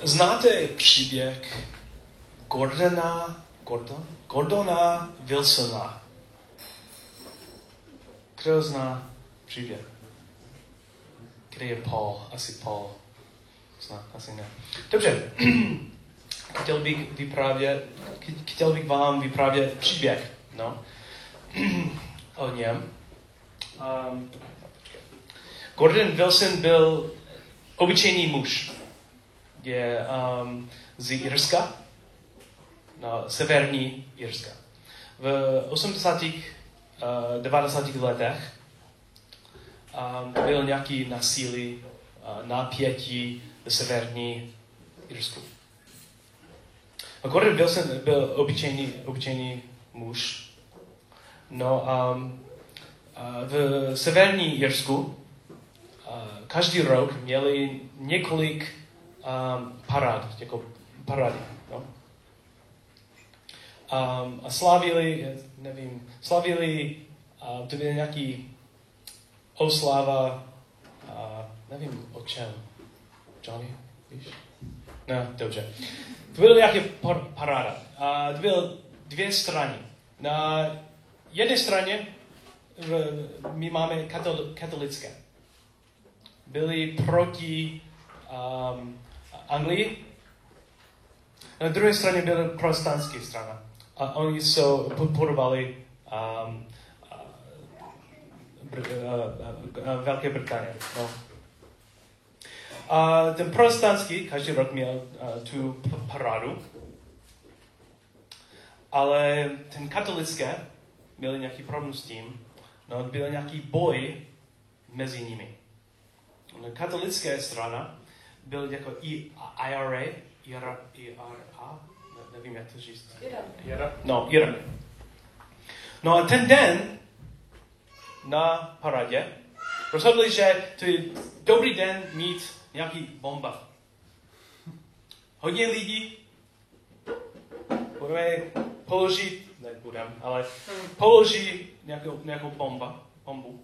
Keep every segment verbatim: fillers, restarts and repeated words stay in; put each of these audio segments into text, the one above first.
Znáte příběh Gordona, Gordon? Gordona Wilsona? Kdo zná příběh? Kde je Paul? Asi Paul. Zná, asi ne. Dobře. Chtěl bych vyprávět, chtěl bych vám vyprávět příběh, no, o něm. Um, Gordon Wilson byl obyčejný muž. Je um, z Irska, no, severní Irska. V osmdesátých, uh, devadesátých letech um, byl nějaký násilí, uh, napětí v severní Irsku. A Gordon Wilson byl obyčejný, obyčejný muž. No, um, uh, v severní Irsku uh, každý rok měli několik um, parád, jako parády. No? Um, a slavili, nevím, slavili, uh, to byl nějaký oslava, uh, nevím o čem. Johnny, víš? No, dobře. To byl nějaký par- paráda. Uh, to bylo dvě strany. Na jedné straně v, my máme katol- katolické. Byli proti um, Anglii. Na druhé straně byla protestantská strana. A oni jsou podporovali um, uh, Br- uh, uh, Velké Británie. No. A ten protestantský každý rok měl uh, tu parádu, ale ten katolické měl nějaký problém s tím, no, byl nějaký boj mezi nimi. No, katolická strana byl jako I R A, I R A, nevím, jak to říct. Irak. No, Irak. No a ten den na parádě rozhodli, že to je dobrý den mít nějaký bomba. Hodně lidí budeme položit, ne budeme, ale položí nějakou, nějakou bomba, bombu.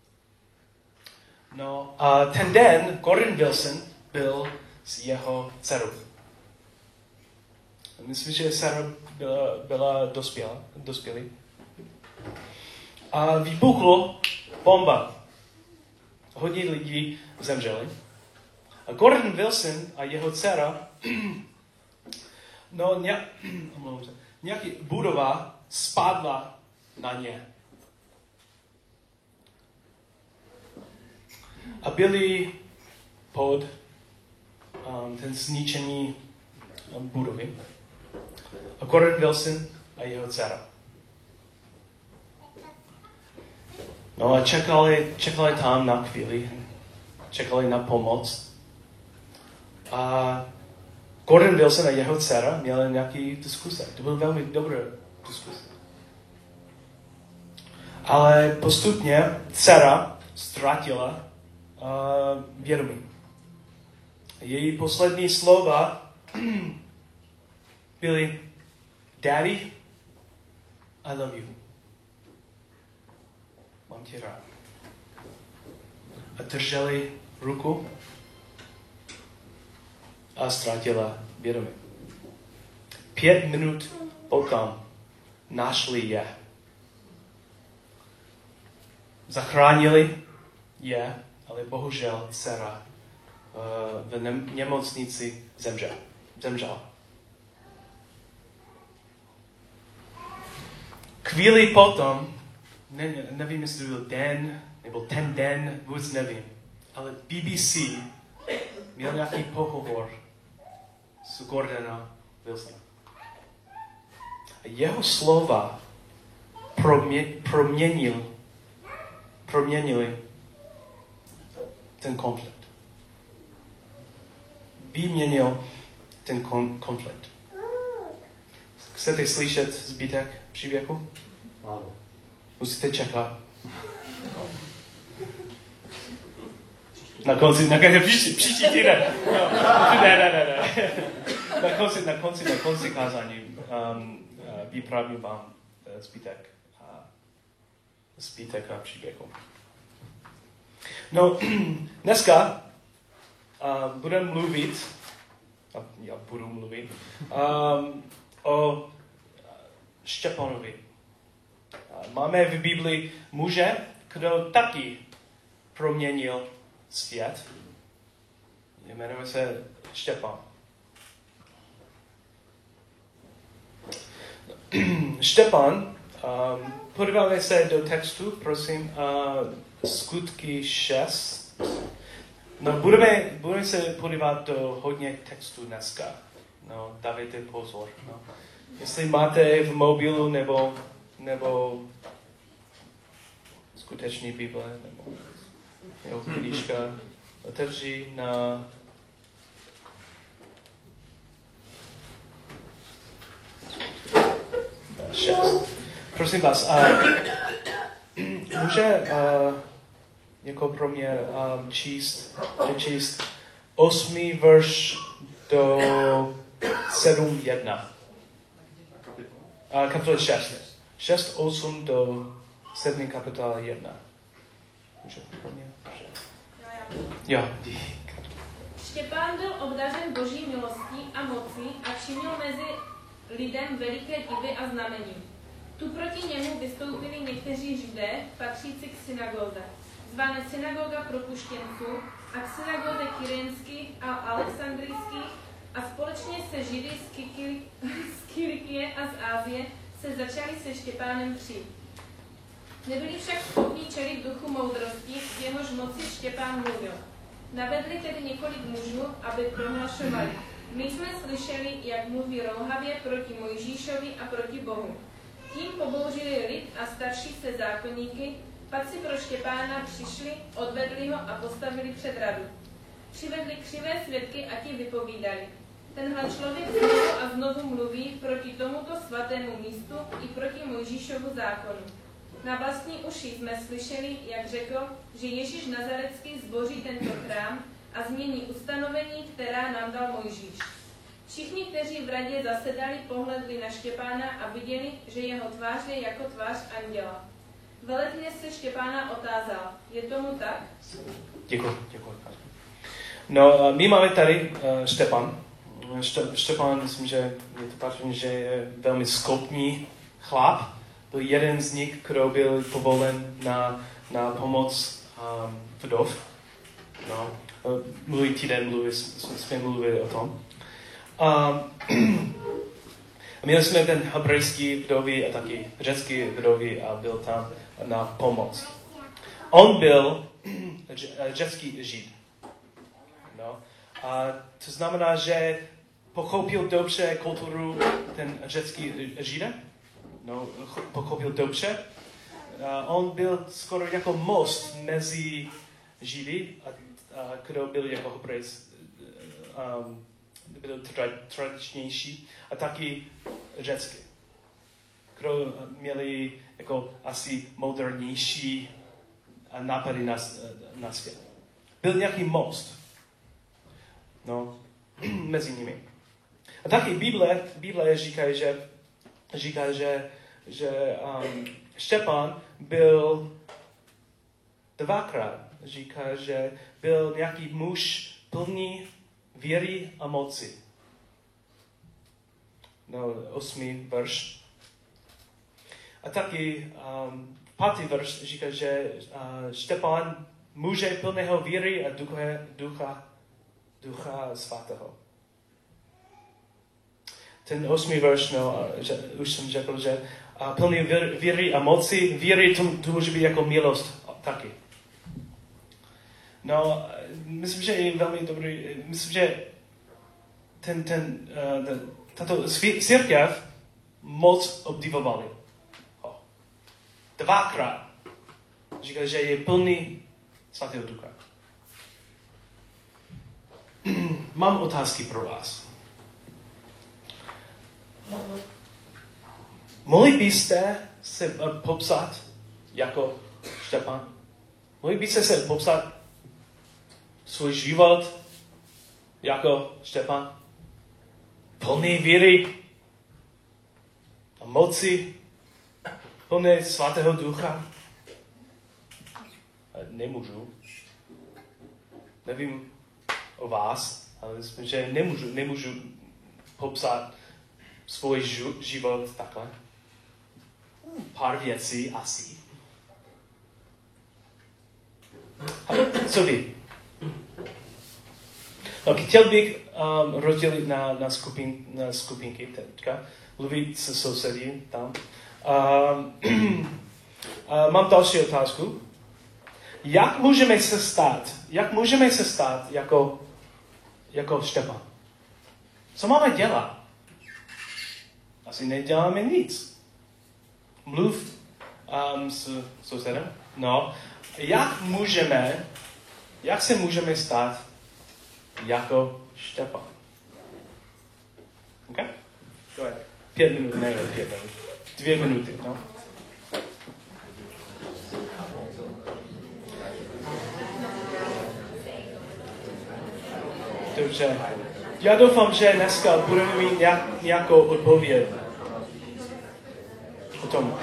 No a ten den Gordon Wilson byl s jeho dcerou. Myslím, že dcera byla, byla dospělá, dospělý. A vybuchlo bomba. Hodně lidí zemřeli. A Gordon Wilson a jeho dcera, no ně, nějaký budova spadla na ně. A byli pod um, ten zničený um, budovy. A Gordon Wilson a jeho dcera. No a čekali, čekali tam na chvíli. Čekali na pomoc. A Gordon Wilson a jeho dcera měli nějaký diskuse. To byl velmi dobrý diskuse. Ale postupně dcera ztratila uh, vědomí. Její poslední slova byly Daddy, I love you. Mám tě rád. A drželi ruku a ztratila vědomí. Pět minut potom našli je. Zachránili je, ale bohužel dcera uh, v nemocnici zemřela. zemřela. Chvíli potom, ne, nevím, jestli to byl den, nebo ten den, vůbec nevím, ale B B C měl nějaký pohovor s Gordona Wilsona. A jeho slova promě, proměnil, proměnili ten konflikt. Vyměnil ten kon, konflikt. Chcete slyšet zbytek příběhu? Ano. Musíte čekat. Na konci, na konci, příští, příští týden. No, ne, ne, ne, ne. Na konci, na konci, na konci kázání um, uh, vyprávím vám uh, zbytek, uh, zbytek a příběhu. No, dneska uh, budeme mluvit a já budu mluvit, um, o Štěpanovi. Máme v Biblii muže, kdo taky proměnil svět. Jmenuje se Štěpan. Štěpan, um, podíváme se do textu, prosím, uh, skutky šest. No, budeme, budeme se podívat do hodně textů dneska. No, dávejte pozor. No. Jestli máte v mobilu nebo, nebo skutečný Bible, nebo jeho knížka, otevři na šest. Prosím vás, uh, může uh, jako pro mě um, číst, číst osmý verš do sedm jedna. Uh, kapitola šest. šest, osm do sedm kapitola jedna. Může pro mě? Jo. Štěpán byl obdařen boží milostí a mocí a činil mezi lidem veliké divy a znamení. Tu proti němu vystoupili někteří Židé, patřící k synagóze, zvané synagoga propuštěnců, a k synagoze kyrenských a alexandrijských, a společně se Židy z, Kikili, z Kilikie a z Ázie se začali se Štěpánem přijít. Nebyli však schopni čelit duchu moudrosti, z jehož moci Štěpán mluvil. Navedli tedy několik mužů, aby prohlašovali. My jsme slyšeli, jak mluví rouhavě proti Mojžíšovi a proti Bohu. Tím pobouřili lid a starší se zákonníky, pak si pro Štěpána přišli, odvedli ho a postavili před radu. Přivedli křivé svědky a ti vypovídali. Tenhle člověk znovu a znovu mluví proti tomuto svatému místu i proti Mojžíšovu zákonu. Na vlastní uši jsme slyšeli, jak řekl, že Ježíš Nazarecký zboří tento chrám a změní ustanovení, která nám dal Mojžíš. Všichni, kteří v radě zasedali, pohledli na Štěpána a viděli, že jeho tvář je jako tvář anděla. Velekněz se Štěpána otázal, je tomu tak? Děkuji, děkuji. No, my máme tady uh, Štěpán. Štěpán, myslím, že je to patrně, že je velmi schopný chlap. Byl jeden z nich, kdo byl povolen na, na pomoc um, vdov. No, minulý týden mluví, jsme mluvili o tom. Um, měli jsme ten hebrejský vdovy a taky řecký vdovy a byl tam na pomoc. On byl řecký žid. No. A to znamená, že pochopil dobře kulturu ten řecký žida. No, pochopil dobře. Uh, on byl skoro jako most mezi Židy, a, a kdo byl jako hebrejs, um, byl tra, tradičnější, a taky řecký. Kdo měli jako asi modernější nápady na, na svět. Byl nějaký most. No, mezi nimi. A taky Bible, Bible říká, že říká, že, že um, Štěpán byl dvakrát. Říká, že byl nějaký muž plný víry a moci. No, osmý verš. A taky um, pátý verš říká, že uh, Štěpán muže plného víry a ducha, ducha, ducha svatého. Ten osmý verš, no, že, už jsem řekl, že uh, plný víry a moci, víry to, to může být jako milost taky. No, myslím, že je velmi dobrý, myslím, že ten, ten, uh, ten, tato církev moc obdivovali. Oh. Dvakrát. Říká, že je plný svatého ducha. Mám otázky pro vás. Mohli byste se popsat jako Štěpán? Mohli byste se popsat svůj život jako Štěpán? Plný víry a moci, plný svatého ducha? Nemůžu. Nevím o vás, ale myslím, že nemůžu, nemůžu popsat svůj život takhle. Pár věcí asi. A co vy? No, chtěl bych um, rozdělit na, na, skupin, na skupinky teďka. Mluvit se sousedí tam. Um, uh, mám další otázku. Jak můžeme se stát, jak můžeme se stát jako, jako Štěpán? Co máme dělat? Asi neděláme nic. Mluv um, s sousedem. No. Jak můžeme, jak se můžeme stát jako Štěpán? Okay? Pět minut, ne, pět minut. Dvě minuty, no. Dobře. Já doufám, že dneska budeme mít nějak, nějakou odpověď o tom.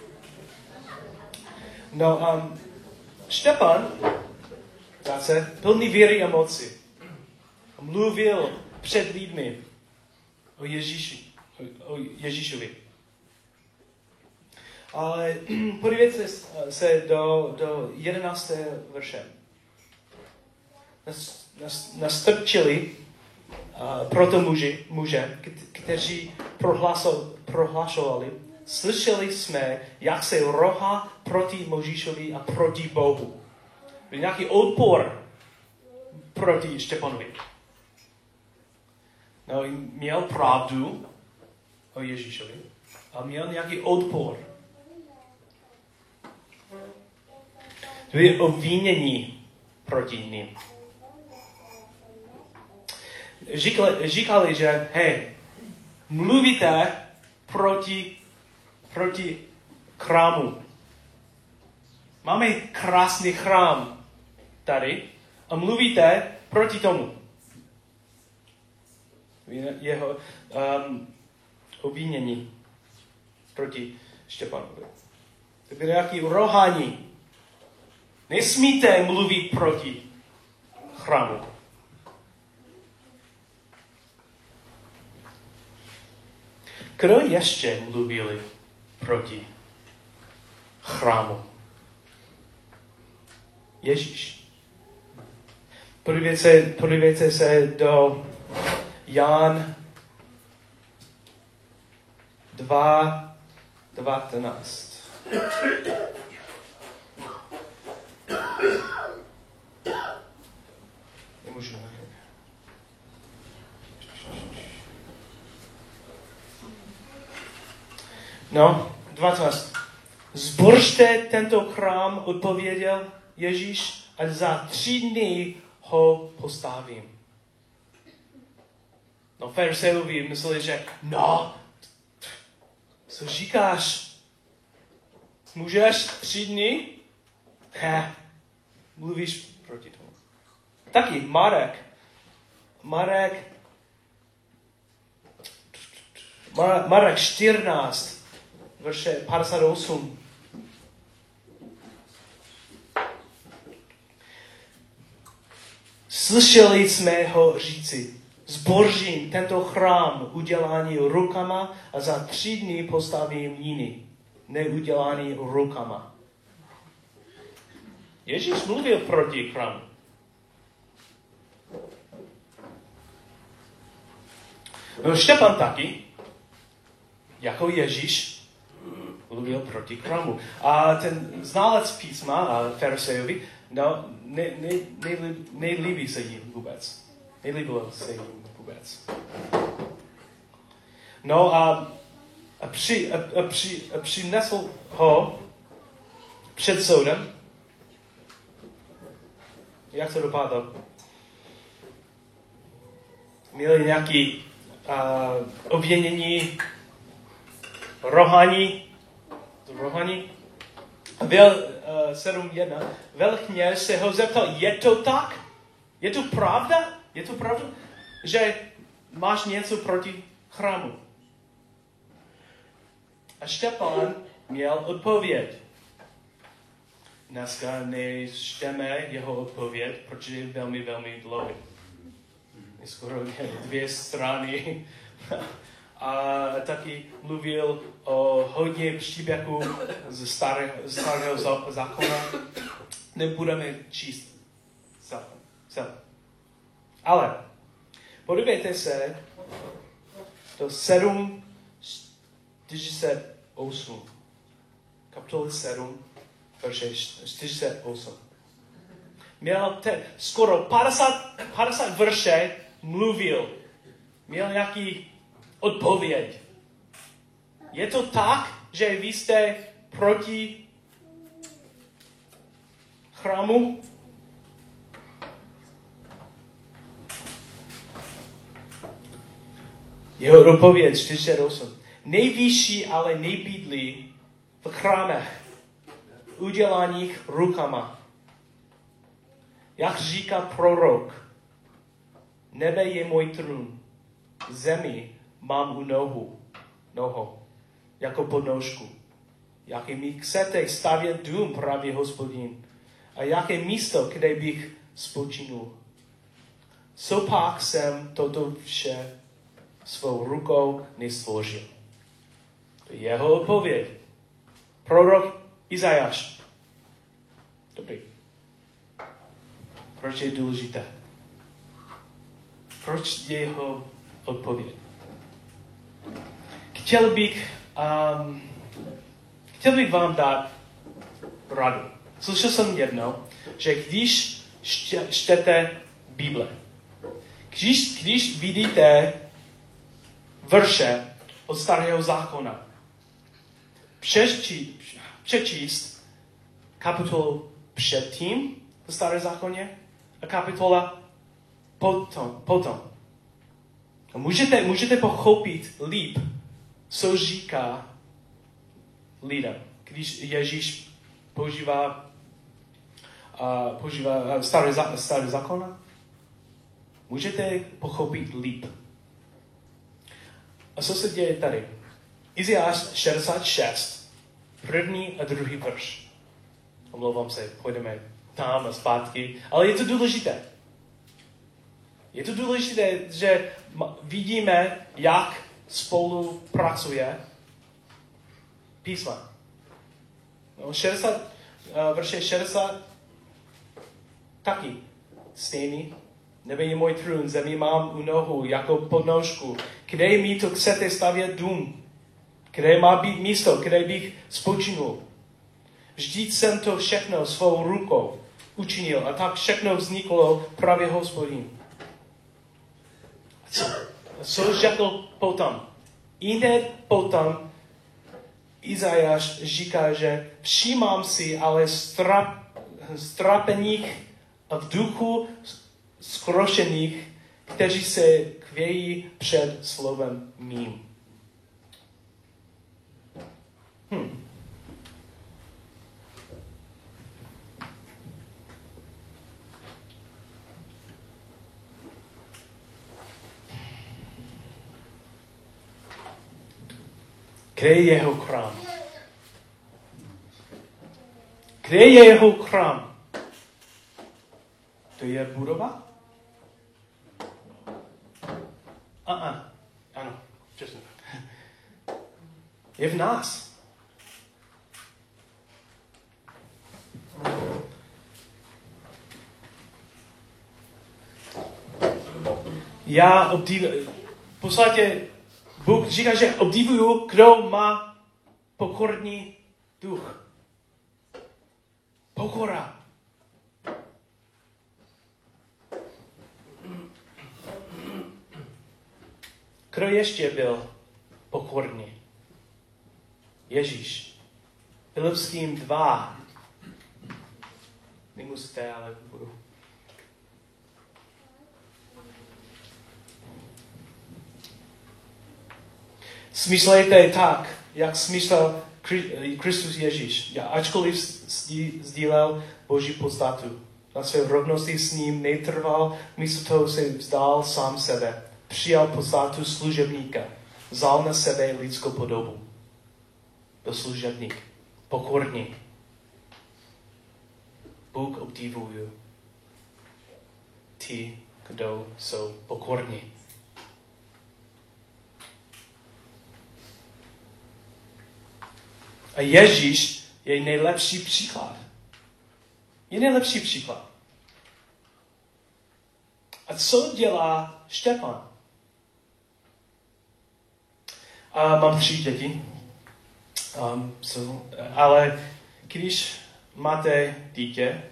No, um, Štěpán zase plný víry a moci. Mluvil před lidmi o Ježíši, o, o Ježíšovi. Ale podívejte se do, do jedenáctého verše. Nas, nas, nastrčili uh, proto muži, muže, kteří prohlašovali, slyšeli jsme, jak se rohá proti Mojžíšovi a proti Bohu. Byl nějaký odpor proti Štěpanovi. No, měl pravdu o Ježíšovi a měl nějaký odpor. Byli obvinění proti ním. Říkali, říkali, že hej, mluvíte proti, proti chrámu. Máme krásný chrám tady a mluvíte proti tomu. Jeho um, obvinění proti Štěpanovi. To bylo nějaké rohání. Nesmíte mluvit proti chrámu. Kdo ještě mluvili proti chrámu? Ježíš. Podívejte se, podívejte se do Jan dva devatenáct. Nemůžu. No, dvanáct. Zbořte tento chrám, odpověděl Ježíš, a za tři dny ho postavím. No, farizeovi mysleli, že no, co říkáš? Můžeš tři dny? He, mluvíš proti tomu. Taky Marek. Marek. Mar- Marek čtrnáct, verše padesát osm. Slyšeli jsme ho říci, zbořím tento chrám udělání rukama a za tři dny postavím jiný, neudělání rukama. Ježíš mluvil proti chrámu. No, Štěpán taky, jako Ježíš, mluvil proti chrámu. A ten znalec písma a farizejovi, no, ne, ne, ne, nelíbí se jim vůbec. Nelíbilo se jim vůbec. No a, a, při, a, a, při, a přinesl ho před soudem. Jak to dopadlo? Měli nějaký uh, obvinění, rohání, rohání. Vel, uh, sedm jedna. Velkněz se ho zeptal, je to tak? Je to pravda? Je to pravda, že máš něco proti chrámu? A Štěpán měl odpověď. Dneska nečteme jeho odpověď, protože je velmi, velmi dlouhý. skoro dvě strany. A taky mluvil o hodně příběhů ze starého, starého zákona. Nebudeme číst celé. Ale podívejte se do sedm čtyřicet osm. Kapitola sedm, verše čtyřicet osm. Měl te, skoro padesát, padesát verše mluvil. Měl nějaký odpověď. Je to tak, že vy jste proti chrámu? Jeho odpověď čtyřicet osm. Nejvyšší ale nebydlí v chrámech, udělaných rukama. Jak říká prorok, nebe je můj trůn, zemi mám u nohu, noho, jako podnožku. Jaké mi chcete stavět dům, praví Hospodin, a jaké místo, kde bych spočinul. Co pak jsem toto vše svou rukou nestvořil. To je jeho odpověď. Prorok Izajáš. Dobrý. Proč je důležité? Proč je jeho odpověď? Chtěl bych, um, chtěl bych vám dát radu. Slyšel jsem jednou, že když čtete Bible, když, když vidíte verše od starého zákona, přečíst, přečíst kapitolu předtím v staré zákoně a kapitola potom. potom. A můžete, můžete pochopit líp, co říká lidem, když Ježíš používá, uh, používá uh, staré, staré zákona. Můžete pochopit líp. A co se děje tady? Izajáš šedesát šest, první a druhý verš. Omlouvám se, půjdeme tam a zpátky, ale je to důležité. Je to důležité, že vidíme, jak spolu pracuje písma. No, šedesát, uh, verše šedesát taky stejný. Nebe je můj trůn, zemi mám u nohu, jako podnožku. Kde mi to chcete stavět dům? Kde má být místo, kde bych spočinul? Vždyť jsem to všechno svou rukou učinil a tak všechno vzniklo právě Hospodin. Co, co řekl potom? Ihned potom Izajáš říká, že všímám si ale strap, strapených a v duchu skrošených, kteří se kvějí před slovem mým. Hm. Kde je jeho chrám? Kde je jeho chrám? To je budova? Aha, ano, přesně. Je v nás. Já obdivuji, v podstatě Bůh říká, že obdivuju, kdo má pokorný duch. Pokora. Kdo ještě byl pokorný? Ježíš. Filipským dva. Nemusíte, ale budu. Smýšlejte tak, jak smýšlel Kristus Ježíš. Já ačkoliv sdílel Boží podstatu, na své rovnosti s ním netrval, místo toho se vzdal sám sebe. Přijal podstatu služebníka. Vzal na sebe lidskou podobu. Byl služebník. Pokorný. Bůh obdivuje ty kdo jsou pokorní. A Ježíš je nejlepší příklad. Je nejlepší příklad. A co dělá Štěpán? A mám tři děti. Um, so, ale když máte dítě,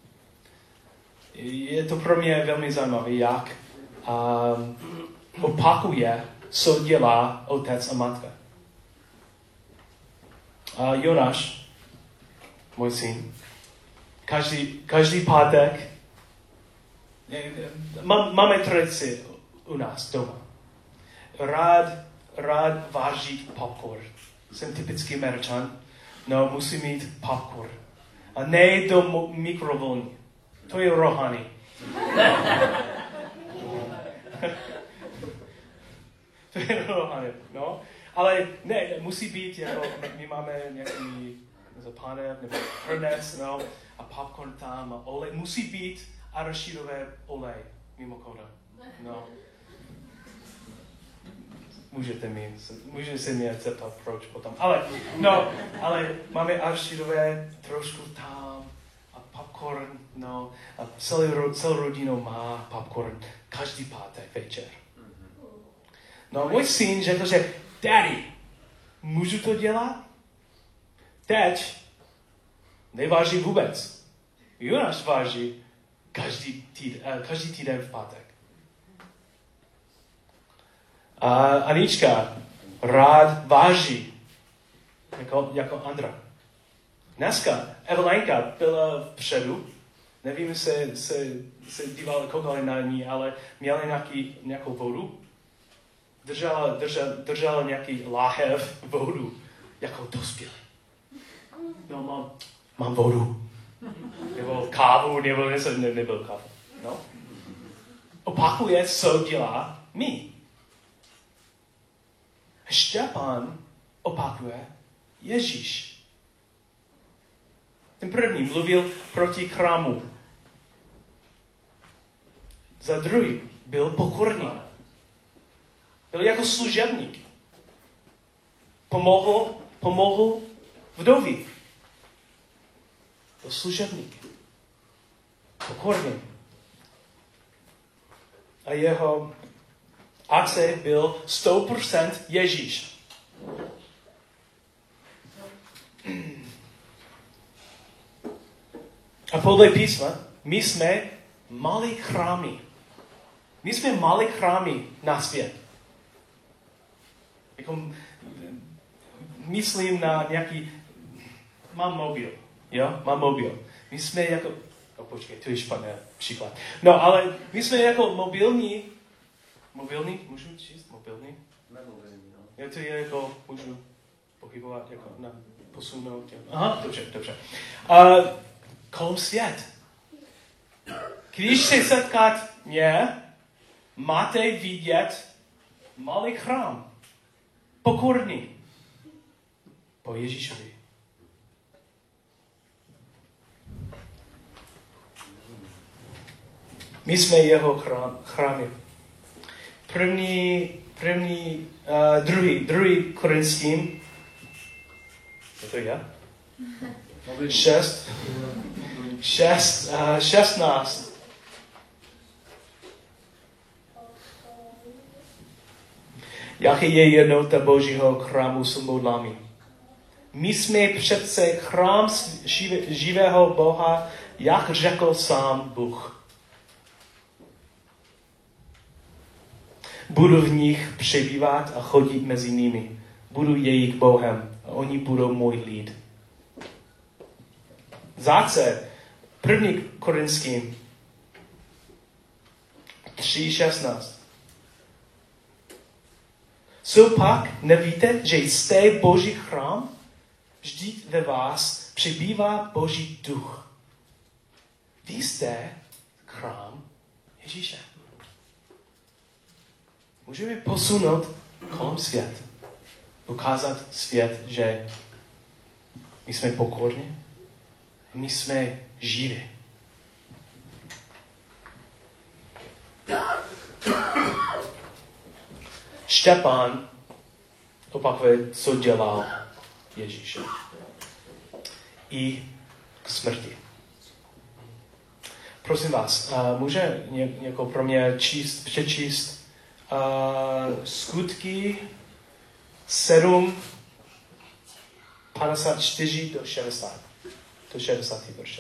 je to pro mě velmi zajímavé, jak um, opakuje, co dělá otec a matka. A Jonáš, můj syn, každý, každý pátek, máme tradici u nás doma. Rád, rád vážit popcorn. Jsem typický Američan, no musím mít popcorn. A ne do mikrovlnky. To je rohany. To je rohany, no. Ale ne, musí být, jako, my máme nějaký pánev nebo hrnec, no, a popcorn tam, a olej. Musí být arašidové olej, mimochodem, no. Můžete mi, můžete se mě zeptat, proč potom. Ale, no, ale máme arašidové trošku tam a popcorn, no, a celou, celou rodinou má popcorn každý pátek večer. No, můj syn řekl, že Daddy, můžu to dělat? Teď neváží vůbec. Jonáš váží každý týden, každý týden v pátek. A Anička rád váží, jako, jako Andra. Dneska Evelinka byla vpředu, nevím, jestli se, se dívali, koukali na ní, ale měla nějaký, nějakou vodu. Držela, držela, držela nějaký láhev vodu, jako dospělý. No, mám, mám vodu. Nebo kávu, nebo něco, ne, nebyl kávu. No. Opakuje, co dělá my. Štěpán opakuje Ježíš. Ten první mluvil proti chrámu. Za druhý byl pokorný. Byl jako služebník. Pomohl, pomohl vdovi. Byl služebník. Pokorný. A jeho akce byl sto procent Ježíš. A podle písma, my jsme malý chrámy. My jsme malý chrámy na svět. Jako, myslím na nějaký, mám mobil, jo, mám mobil. My jsme jako, no počkej, to je špatný příklad. No, ale my jsme jako mobilní, mobilní, můžu číst mobilní? Nemobilní, no. Jo, to je jako, můžu pohybovat, jako, na, posunout, jo. Aha, dobře, dobře. Uh, kolem svět. Když se setkat mě, máte vidět malý chrám. Pokorný. Po Ježíšovi. My jsme jeho chrám, chrámy. První, první, uh, druhý, druhý Korinským. Je to já? Šest. Šest, uh, šestnáct. Jaké je jednota Božího chrámu s modlami. My jsme přece chrám živého Boha, jak řekl sám Bůh. Budu v nich přebývat a chodit mezi nimi. Budu jejich Bohem a oni budou můj lid. Zase, první Korinským tři šestnáct. Co pak nevíte, že jste Boží chrám? Vždyť ve vás přebývá Boží duch. Vy jste chrám Ježíše. Můžeme posunout kolem svět. Ukázat svět, že my jsme pokorní, my jsme živí. Štěpán opakuje, co dělal Ježíš. I k smrti. Prosím vás, uh, může ně, někoho pro mě číst, přečíst uh, skutky sedm, padesát čtyři do šedesát. Do šedesátý verše.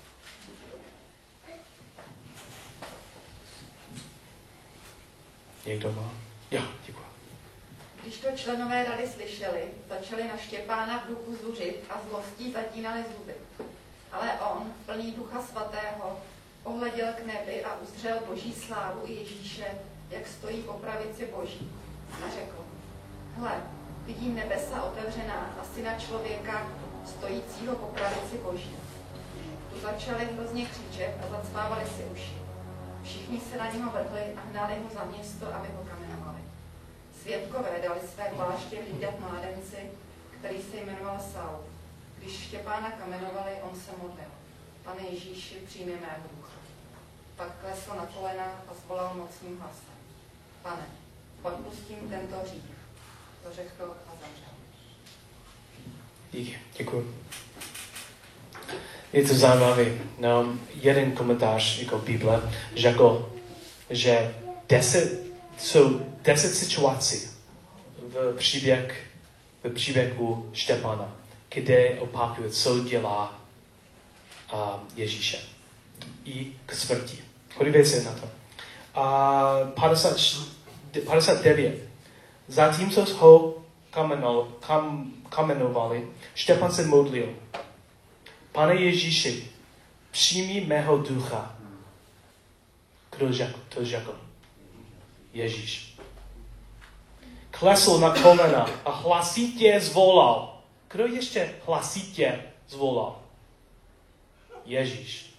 Někdo má? Jo, děkuji. Když to členové rady slyšeli, začali na Štěpána v duchu zuřit a zlostí zatínali zuby. Ale on, plný Ducha Svatého, ohleděl k nebi a uzřel Boží slávu i Ježíše, jak stojí po pravici Boží. A řekl, hle, vidím nebesa otevřená a syna člověka, stojícího po pravici Boží. Tu začali hrozně křičet a zacvávali si uši. Všichni se na něho vrhli a hnali ho za město, aby ho kamenovali. Svědkové dali své pláště hlídat mládenci, který se jmenoval Saul. Když Štěpána kamenovali, on se modlil. Pane Ježíši, přijmi mého ducha. Pak klesl na kolena a zvolal mocným hlasem. Pane, odpustím tento hřích. To řekl a zemřel. Díky, děkuji. Je to zajímavé. No, jeden komentář jako Bible řekl, že deset, jsou deset situací v příběh, v příběhu Štěpána, kde opakuje, co dělá uh, Ježíše. I k smrti. Podívejte se na to. Uh, padesát, padesát devět. Zatímco ho kameno, kam, kamenovali, Štěpán se modlil. Pane Ježíši, přijmi mého ducha. Kdo řekl? To řekl. Ježíš. Klesl na kolena a hlasitě zvolal. Kdo ještě hlasitě zvolal? Ježíš.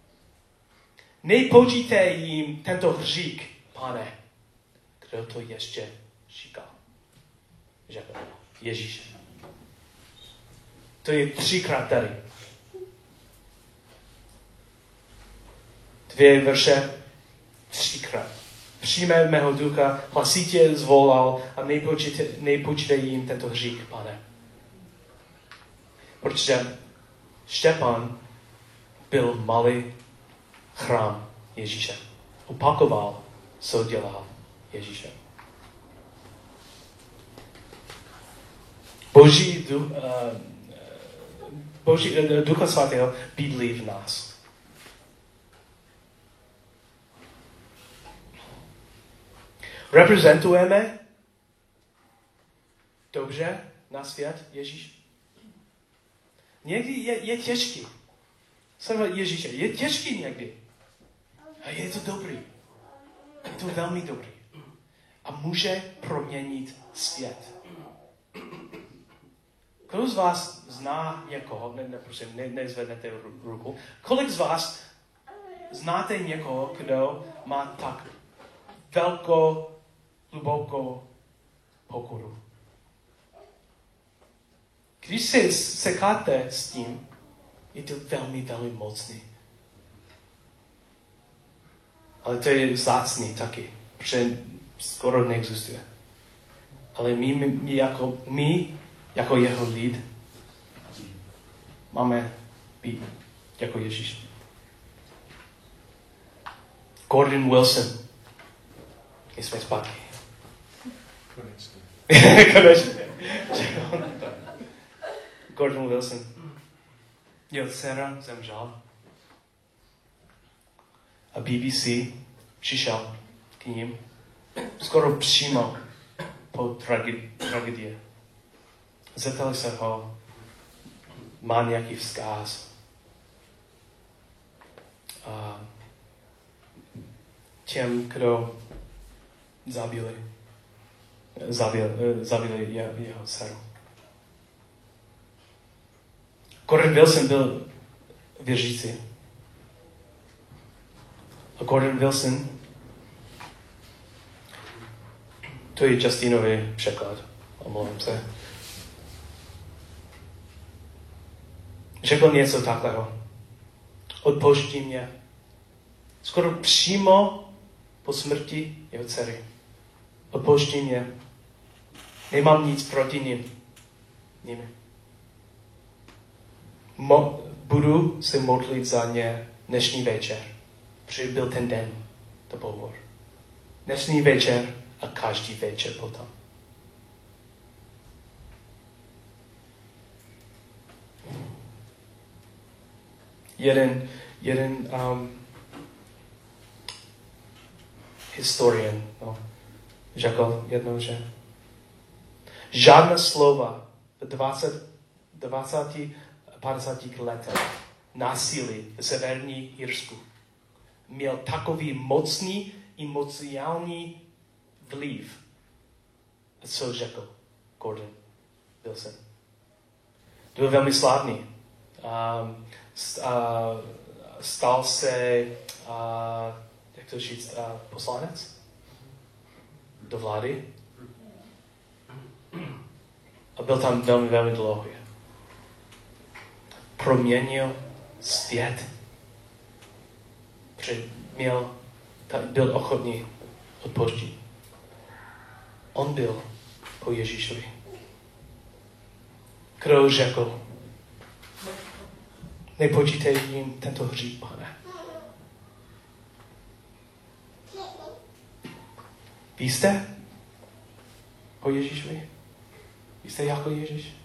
Nepočítej jim tento hřích, pane. Kdo to ještě říkal? Řekl. Ježíš. To je třikrát tady. Dvě verše, třikrát. Přijme mého ducha, hlasitě zvolal a nepočítej jim tento hřích, pane. Protože Štěpán byl malý chrám Ježíše. Opakoval, co dělal Ježíše. Boží, duch, uh, Boží uh, Ducha Svatého bydlí v nás. Reprezentujeme dobře na svět Ježíš? Někdy je, je těžký. Jsem Ježíše, je těžký někdy. A je to dobrý. Je to velmi dobrý. A může proměnit svět. Kdo z vás zná někoho, ne, ne, prosím, ne, nezvednete ruku, kolik z vás znáte někoho, kdo má tak velkou, hlubokou pokoru? Když se sekáte s tím, je to velmi, velmi mocný. Ale to je vzácný taky, protože skoro neexistuje. Ale my, my, jako, my jako jeho lid máme být jako Ježíš. Gordon Wilson. Jsme zpátky. Konečně. Konečně. Gordon Wilson. Jeho dcera zemřel. A B B C přišel k ním skoro přímo po trage- tragédii. Zeptali se ho, má nějaký vzkaz. A těm, kdo zabili, zabili, zabili je, jeho dceru. Gordon Wilson byl věřící. A Gordon Wilson, to je Justinový překlad, omlouvám se. Řekl něco takového. Odpouští mě. Skoro přímo po smrti jeho dcery. Odpoušti mě. Nemám nic proti nim. Nimi. Mo- budu se modlit za ně dnešní večer. Protože byl ten den, to pohovor. Dnešní večer a každý večer potom. Jeden, jeden um, historian no, řekl jednou, že žádné slova v dvaceti, dvaceti, padesáti letech násilí v severní Irsku měl takový mocný emocionální vliv, co řekl Gordon Wilson. To byl velmi slavný. Um, stal se, uh, jak to říct, uh, poslanec do vlády. A byl tam velmi, velmi dlouho. Proměnil svět. Protože měl, byl ochotný odpouštět. On byl po Ježíšovi. Kdo řekl, nepočítej jim tento hřích, Pane. Vy jste o Ježíšovi? Vy jste jako Ježíš?